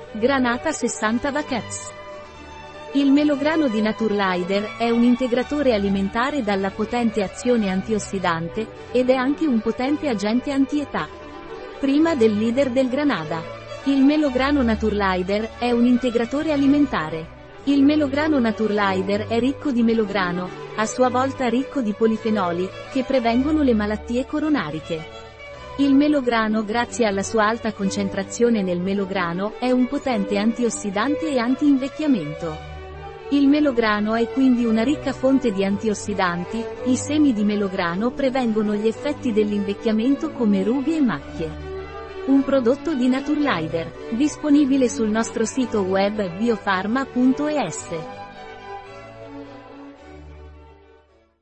Granata 60 Vaquets. Il melograno di Naturlider è un integratore alimentare dalla potente azione antiossidante, ed è anche un potente agente anti-età. Prima del leader del Granada. Il melograno Naturlider è un integratore alimentare. Il melograno Naturlider è ricco di melograno, a sua volta ricco di polifenoli, che prevengono le malattie coronariche. Il melograno, grazie alla sua alta concentrazione nel melograno, è un potente antiossidante e anti-invecchiamento. Il melograno è quindi una ricca fonte di antiossidanti, i semi di melograno prevengono gli effetti dell'invecchiamento come rughe e macchie. Un prodotto di Naturlider, disponibile sul nostro sito web biofarma.es.